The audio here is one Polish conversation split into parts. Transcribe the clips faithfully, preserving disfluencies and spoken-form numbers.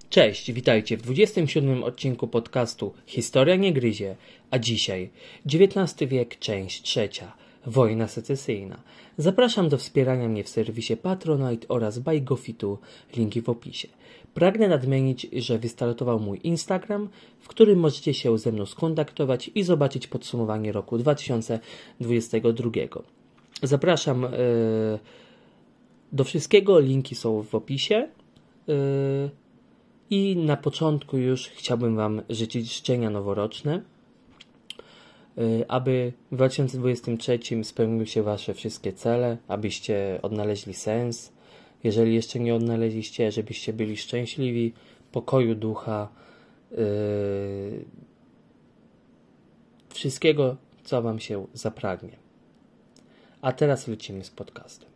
Cześć, witajcie w dwudziestym siódmym odcinku podcastu Historia nie gryzie, a dzisiaj dziewiętnasty wiek, część trzecia, wojna secesyjna. Zapraszam do wspierania mnie w serwisie Patronite oraz Buy Gofitu, linki w opisie. Pragnę nadmienić, że wystartował mój Instagram, w którym możecie się ze mną skontaktować i zobaczyć podsumowanie roku dwa tysiące dwudziestego drugiego. Zapraszam yy, do wszystkiego, linki są w opisie. Yy, I na początku już chciałbym Wam życzyć życzenia noworoczne, aby w dwa tysiące dwudziestym trzecim spełniły się Wasze wszystkie cele, abyście odnaleźli sens. Jeżeli jeszcze nie odnaleźliście, żebyście byli szczęśliwi, pokoju ducha, yy, wszystkiego, co Wam się zapragnie. A teraz lecimy z podcastem.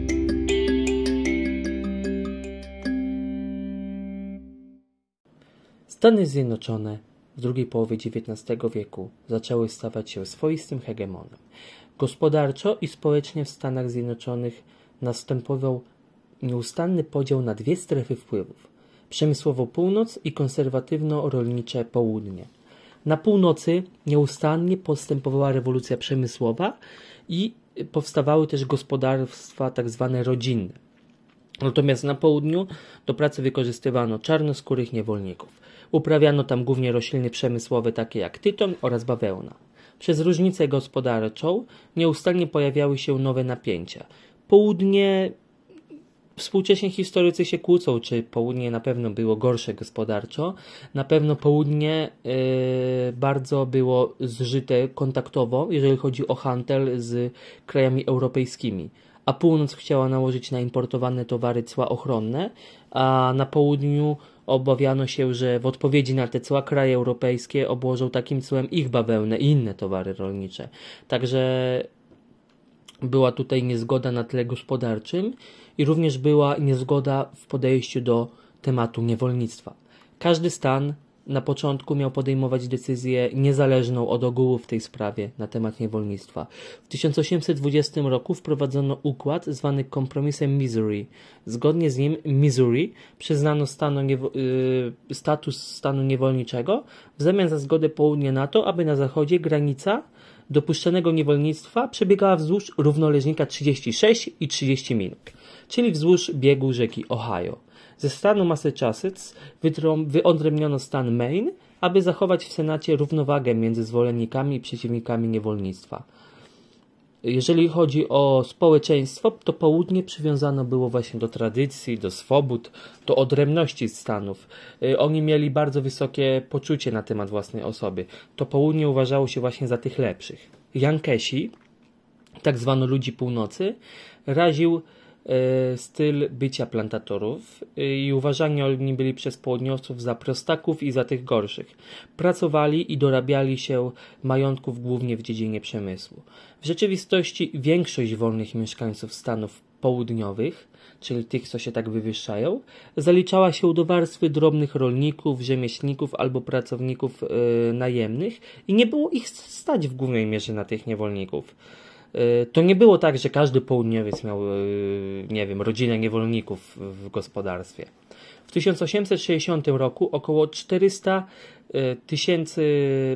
Stany Zjednoczone w drugiej połowie dziewiętnastego wieku zaczęły stawać się swoistym hegemonem. Gospodarczo i społecznie w Stanach Zjednoczonych następował nieustanny podział na dwie strefy wpływów: przemysłową północ i konserwatywno-rolnicze południe. Na północy nieustannie postępowała rewolucja przemysłowa i powstawały też gospodarstwa tak zwane rodzinne. Natomiast na południu do pracy wykorzystywano czarnoskórych niewolników. Uprawiano tam głównie rośliny przemysłowe takie jak tytoń oraz bawełna. Przez różnicę gospodarczą nieustannie pojawiały się nowe napięcia. Południe, współcześni historycy się kłócą, czy południe na pewno było gorsze gospodarczo. Na pewno południe yy, bardzo było zżyte kontaktowo, jeżeli chodzi o handel z krajami europejskimi. A północ chciała nałożyć na importowane towary cła ochronne, a na południu obawiano się, że w odpowiedzi na te cła kraje europejskie obłożą takim cłem ich bawełnę i inne towary rolnicze. Także była tutaj niezgoda na tle gospodarczym i również była niezgoda w podejściu do tematu niewolnictwa. Każdy stan na początku miał podejmować decyzję niezależną od ogółu w tej sprawie na temat niewolnictwa. W tysiąc osiemset dwudziestym roku wprowadzono układ zwany kompromisem Missouri. Zgodnie z nim Missouri przyznano stanu niewo- yy, status stanu niewolniczego w zamian za zgodę południa na to, aby na zachodzie granica dopuszczonego niewolnictwa przebiegała wzdłuż równoleżnika trzydzieści sześć i trzydzieści minut, czyli wzdłuż biegu rzeki Ohio. Ze stanu Massachusetts wyodrębniono stan Maine, aby zachować w Senacie równowagę między zwolennikami i przeciwnikami niewolnictwa. Jeżeli chodzi o społeczeństwo, to południe przywiązano było właśnie do tradycji, do swobód, do odrębności stanów. Oni mieli bardzo wysokie poczucie na temat własnej osoby. To południe uważało się właśnie za tych lepszych. Jankesi, tak zwano ludzi północy, raził styl bycia plantatorów i uważani oni byli przez południowców za prostaków i za tych gorszych. Pracowali i dorabiali się majątków głównie w dziedzinie przemysłu. W rzeczywistości większość wolnych mieszkańców stanów południowych, czyli tych, co się tak wywyższają, zaliczała się do warstwy drobnych rolników, rzemieślników albo pracowników yy, najemnych i nie było ich stać w głównej mierze na tych niewolników. To nie było tak, że każdy południowiec miał, nie wiem, rodzinę niewolników w gospodarstwie. W tysiąc osiemset sześćdziesiątym roku około czterysta tysięcy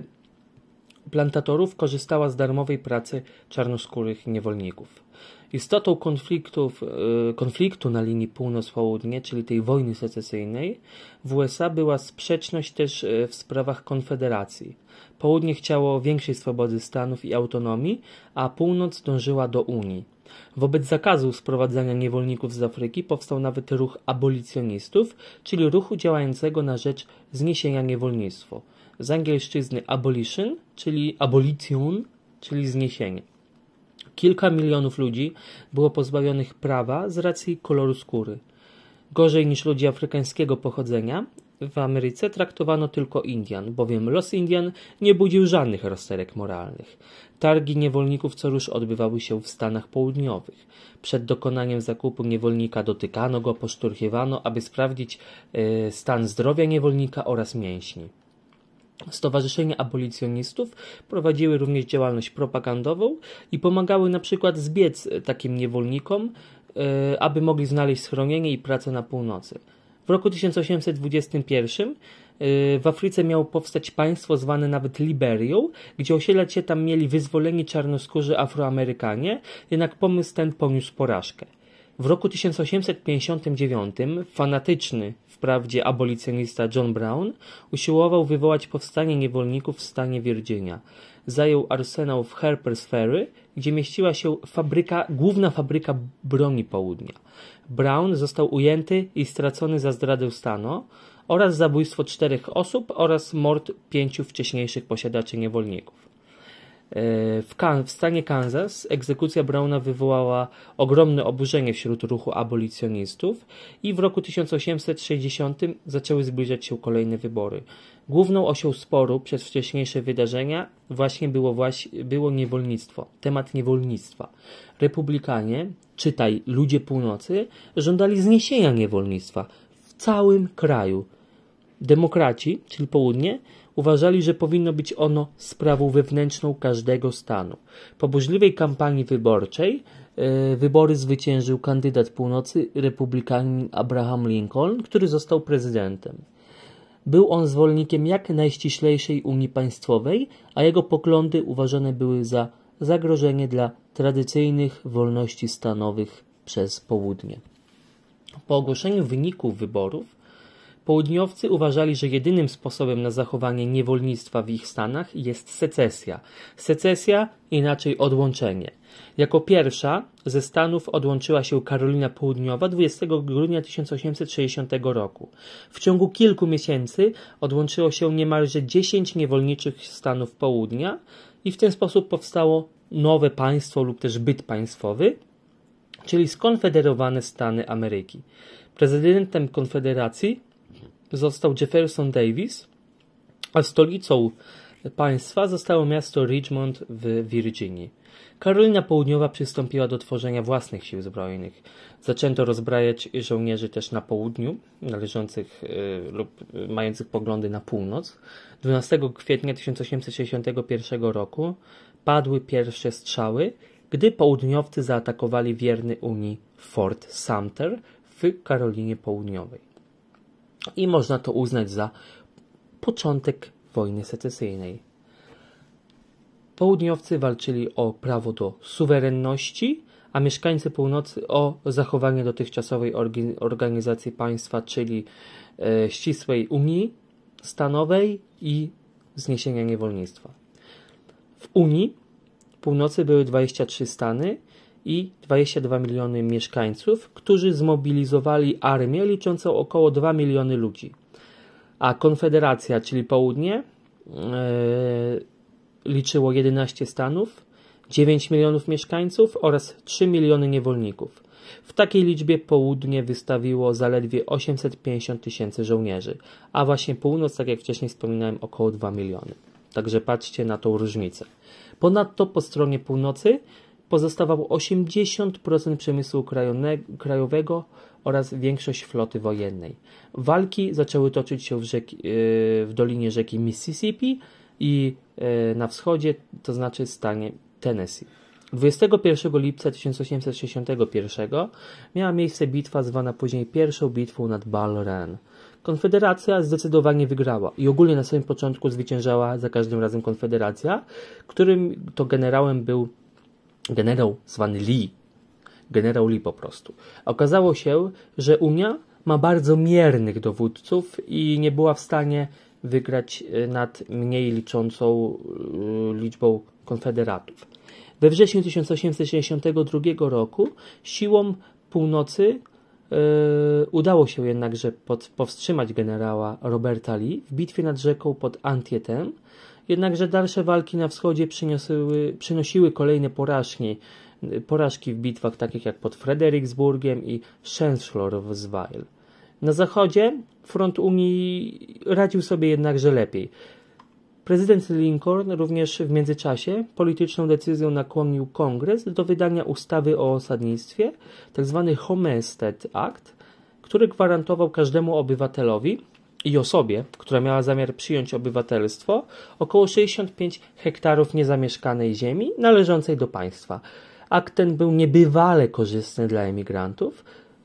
plantatorów korzystało z darmowej pracy czarnoskórych niewolników. Istotą konfliktów, konfliktu na linii północ-południe, czyli tej wojny secesyjnej, w U S A była sprzeczność też w sprawach konfederacji. Południe chciało większej swobody stanów i autonomii, a północ dążyła do Unii. Wobec zakazu sprowadzania niewolników z Afryki powstał nawet ruch abolicjonistów, czyli ruchu działającego na rzecz zniesienia niewolnictwa. Z angielszczyzny abolition, czyli abolition, czyli zniesienie. Kilka milionów ludzi było pozbawionych prawa z racji koloru skóry. Gorzej niż ludzi afrykańskiego pochodzenia w Ameryce traktowano tylko Indian, bowiem los Indian nie budził żadnych rozterek moralnych. Targi niewolników co rusz odbywały się w Stanach Południowych. Przed dokonaniem zakupu niewolnika dotykano go, poszturchiwano, aby sprawdzić e, stan zdrowia niewolnika oraz mięśni. Stowarzyszenia abolicjonistów prowadziły również działalność propagandową i pomagały na przykład zbiec takim niewolnikom, aby mogli znaleźć schronienie i pracę na północy. W roku tysiąc osiemset dwudziestym pierwszym w Afryce miało powstać państwo zwane nawet Liberią, gdzie osiedlać się tam mieli wyzwoleni czarnoskórzy Afroamerykanie, jednak pomysł ten poniósł porażkę. W roku tysiąc osiemset pięćdziesiątym dziewiątym fanatyczny wprawdzie abolicjonista John Brown usiłował wywołać powstanie niewolników w stanie Virginia. Zajął arsenał w Harper's Ferry, gdzie mieściła się fabryka, główna fabryka broni południa. Brown został ujęty i stracony za zdradę stanu oraz zabójstwo czterech osób oraz mord pięciu wcześniejszych posiadaczy niewolników. W, Kan- w stanie Kansas egzekucja Browna wywołała ogromne oburzenie wśród ruchu abolicjonistów i w roku tysiąc osiemset sześćdziesiątym zaczęły zbliżać się kolejne wybory. Główną osią sporu przez wcześniejsze wydarzenia właśnie było, właśnie było niewolnictwo, temat niewolnictwa. Republikanie, czytaj ludzie północy, żądali zniesienia niewolnictwa w całym kraju. Demokraci, czyli południe, uważali, że powinno być ono sprawą wewnętrzną każdego stanu. Po burzliwej kampanii wyborczej e, wybory zwyciężył kandydat północy, republikanin Abraham Lincoln, który został prezydentem. Był on zwolennikiem jak najściślejszej Unii Państwowej, a jego poglądy uważane były za zagrożenie dla tradycyjnych wolności stanowych przez południe. Po ogłoszeniu wyników wyborów południowcy uważali, że jedynym sposobem na zachowanie niewolnictwa w ich stanach jest secesja. Secesja, inaczej odłączenie. Jako pierwsza ze stanów odłączyła się Karolina Południowa dwudziestego grudnia tysiąc osiemset sześćdziesiątego roku. W ciągu kilku miesięcy odłączyło się niemalże dziesięć niewolniczych stanów południa i w ten sposób powstało nowe państwo lub też byt państwowy, czyli skonfederowane Stany Ameryki. Prezydentem Konfederacji został Jefferson Davis, a stolicą państwa zostało miasto Richmond w Virginii. Karolina Południowa przystąpiła do tworzenia własnych sił zbrojnych. Zaczęto rozbrajać żołnierzy też na południu, należących y, lub y, mających poglądy na północ. dwunastego kwietnia tysiąc osiemset sześćdziesiątego pierwszego roku padły pierwsze strzały, gdy południowcy zaatakowali wierny Unii Fort Sumter w Karolinie Południowej. I można to uznać za początek wojny secesyjnej. Południowcy walczyli o prawo do suwerenności, a mieszkańcy północy o zachowanie dotychczasowej organizacji państwa, czyli e, ścisłej Unii Stanowej i zniesienia niewolnictwa. W Unii Północy były dwadzieścia trzy stany i dwadzieścia dwa miliony mieszkańców, którzy zmobilizowali armię liczącą około dwa miliony ludzi. A Konfederacja, czyli Południe, yy, liczyło jedenaście stanów, dziewięć milionów mieszkańców oraz trzy miliony niewolników. W takiej liczbie Południe wystawiło zaledwie osiemset pięćdziesiąt tysięcy żołnierzy, a właśnie Północ, tak jak wcześniej wspominałem, około dwa miliony. Także patrzcie na tą różnicę. Ponadto po stronie północy pozostawało osiemdziesiąt procent przemysłu krajowego oraz większość floty wojennej. Walki zaczęły toczyć się w, rzeki, w dolinie rzeki Mississippi i na wschodzie, to znaczy stanie Tennessee. dwudziestego pierwszego lipca tysiąc osiemset sześćdziesiątego pierwszego miała miejsce bitwa zwana później pierwszą bitwą nad Bull Run. Konfederacja zdecydowanie wygrała i ogólnie na samym początku zwyciężała za każdym razem Konfederacja, którym to generałem był generał zwany Lee. Generał Lee po prostu. Okazało się, że Unia ma bardzo miernych dowódców i nie była w stanie wygrać nad mniej liczącą liczbą konfederatów. We wrześniu tysiąc osiemset sześćdziesiątego drugiego roku siłom północy yy, udało się jednakże pod, powstrzymać generała Roberta Lee w bitwie nad rzeką pod Antietam, jednakże dalsze walki na wschodzie przyniosły, przynosiły kolejne porażki, porażki w bitwach takich jak pod Fredericksburgiem i Chancellorsville. Na zachodzie front Unii radził sobie jednakże lepiej. Prezydent Lincoln również w międzyczasie polityczną decyzją nakłonił Kongres do wydania ustawy o osadnictwie, tzw. Homestead Act, który gwarantował każdemu obywatelowi i osobie, która miała zamiar przyjąć obywatelstwo, około sześćdziesiąt pięć hektarów niezamieszkanej ziemi należącej do państwa. Akt ten był niebywale korzystny dla emigrantów.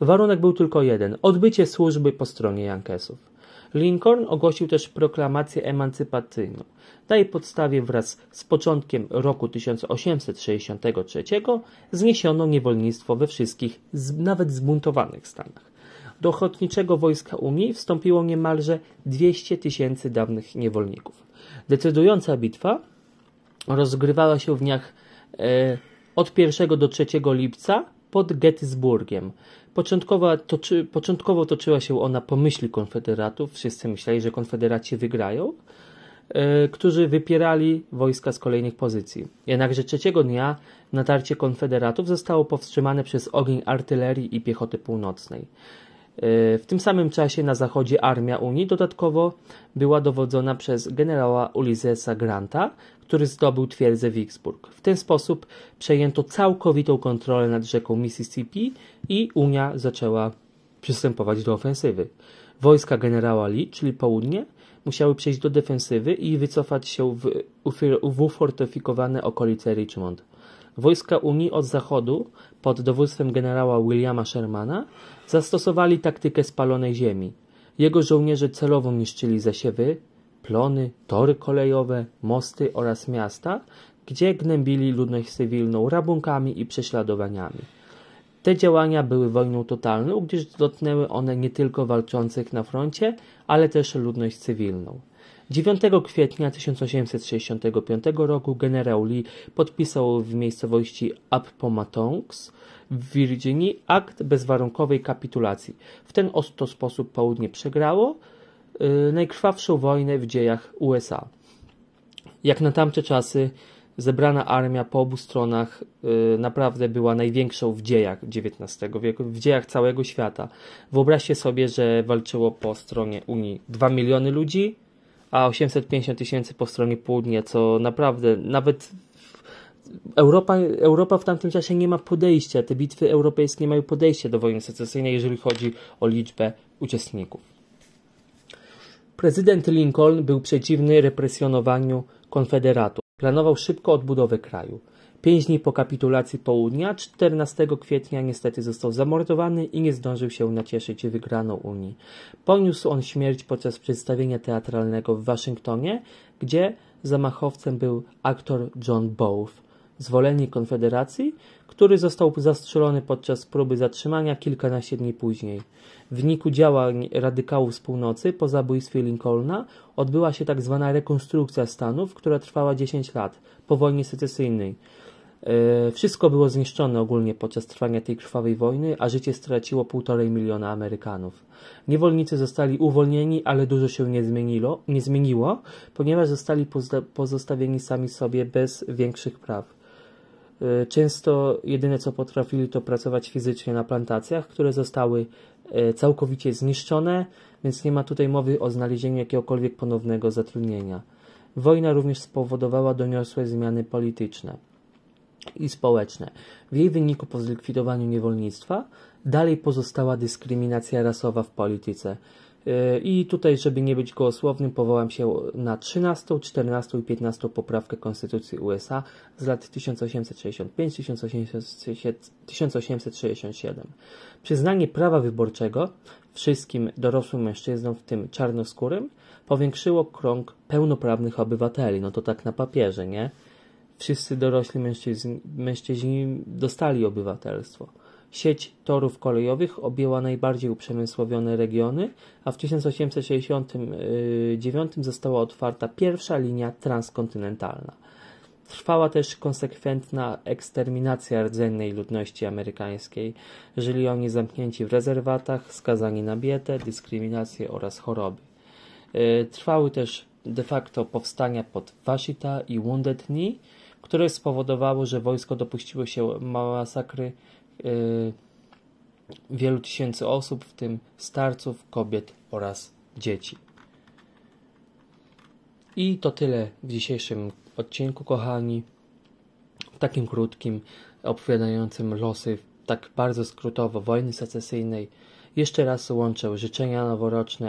Warunek był tylko jeden – odbycie służby po stronie Jankesów. Lincoln ogłosił też proklamację emancypacyjną. Na jej podstawie wraz z początkiem roku tysiąc osiemset sześćdziesiątego trzeciego zniesiono niewolnictwo we wszystkich, nawet zbuntowanych stanach. Do ochotniczego wojska Unii wstąpiło niemalże dwieście tysięcy dawnych niewolników. Decydująca bitwa rozgrywała się w dniach e, od pierwszego do trzeciego lipca pod Gettysburgiem. Początkowo, toczy, początkowo toczyła się ona po myśli konfederatów. Wszyscy myśleli, że konfederaci wygrają, e, którzy wypierali wojska z kolejnych pozycji. Jednakże trzeciego dnia natarcie konfederatów zostało powstrzymane przez ogień artylerii i piechoty północnej. W tym samym czasie na zachodzie armia Unii dodatkowo była dowodzona przez generała Ulyssesa Granta, który zdobył twierdzę Vicksburg. W ten sposób przejęto całkowitą kontrolę nad rzeką Mississippi i Unia zaczęła przystępować do ofensywy. Wojska generała Lee, czyli południe, musiały przejść do defensywy i wycofać się w, w ufortyfikowane okolice Richmond. Wojska Unii od zachodu pod dowództwem generała Williama Shermana zastosowali taktykę spalonej ziemi. Jego żołnierze celowo niszczyli zasiewy, plony, tory kolejowe, mosty oraz miasta, gdzie gnębili ludność cywilną rabunkami i prześladowaniami. Te działania były wojną totalną, gdyż dotknęły one nie tylko walczących na froncie, ale też ludność cywilną. dziewiątego kwietnia tysiąc osiemset sześćdziesiątego piątego roku generał Lee podpisał w miejscowości Appomattox w Virginii akt bezwarunkowej kapitulacji. W ten oto sposób południe przegrało yy, najkrwawszą wojnę w dziejach U S A. Jak na tamte czasy zebrana armia po obu stronach yy, naprawdę była największą w dziejach dziewiętnastego wieku, w dziejach całego świata. Wyobraźcie sobie, że walczyło po stronie Unii dwa miliony ludzi, a osiemset pięćdziesiąt tysięcy po stronie południa, co naprawdę nawet Europa, Europa w tamtym czasie nie ma podejścia, te bitwy europejskie nie mają podejścia do wojny secesyjnej, jeżeli chodzi o liczbę uczestników. Prezydent Lincoln był przeciwny represjonowaniu konfederatów. Planował szybko odbudowę kraju. Pięć dni po kapitulacji południa, czternastego kwietnia, niestety został zamordowany i nie zdążył się nacieszyć wygraną Unii. Poniósł on śmierć podczas przedstawienia teatralnego w Waszyngtonie, gdzie zamachowcem był aktor John Bowes, zwolennik Konfederacji, który został zastrzelony podczas próby zatrzymania kilkanaście dni później. W wyniku działań radykałów z północy po zabójstwie Lincolna odbyła się tak zwana rekonstrukcja Stanów, która trwała dziesięć lat po wojnie secesyjnej. Wszystko było zniszczone ogólnie podczas trwania tej krwawej wojny, a życie straciło półtorej miliona Amerykanów. Niewolnicy zostali uwolnieni, ale dużo się nie zmieniło, nie zmieniło ponieważ zostali pozostawieni sami sobie bez większych praw. Często jedyne co potrafili to pracować fizycznie na plantacjach, które zostały całkowicie zniszczone, więc nie ma tutaj mowy o znalezieniu jakiegokolwiek ponownego zatrudnienia. Wojna również spowodowała doniosłe zmiany polityczne i społeczne. W jej wyniku po zlikwidowaniu niewolnictwa dalej pozostała dyskryminacja rasowa w polityce. I tutaj, żeby nie być gołosłownym, powołam się na trzynastą, czternastą i piętnastą poprawkę Konstytucji U S A z lat tysiąc osiemset sześćdziesiąt pięć do tysiąc osiemset sześćdziesiąt siedem. Przyznanie prawa wyborczego wszystkim dorosłym mężczyznom, w tym czarnoskórym, powiększyło krąg pełnoprawnych obywateli. No to tak na papierze, nie? Wszyscy dorośli mężczyźni, mężczyźni dostali obywatelstwo. Sieć torów kolejowych objęła najbardziej uprzemysłowione regiony, a w tysiąc osiemset sześćdziesiątym dziewiątym została otwarta pierwsza linia transkontynentalna. Trwała też konsekwentna eksterminacja rdzennej ludności amerykańskiej. Żyli oni zamknięci w rezerwatach, skazani na bietę, dyskryminację oraz choroby. Trwały też de facto powstania pod Washita i Wounded Knee, które spowodowało, że wojsko dopuściło się masakry yy, wielu tysięcy osób, w tym starców, kobiet oraz dzieci. I to tyle w dzisiejszym odcinku, kochani. W takim krótkim, opowiadającym losy, tak bardzo skrótowo, wojny secesyjnej. Jeszcze raz łączę życzenia noworoczne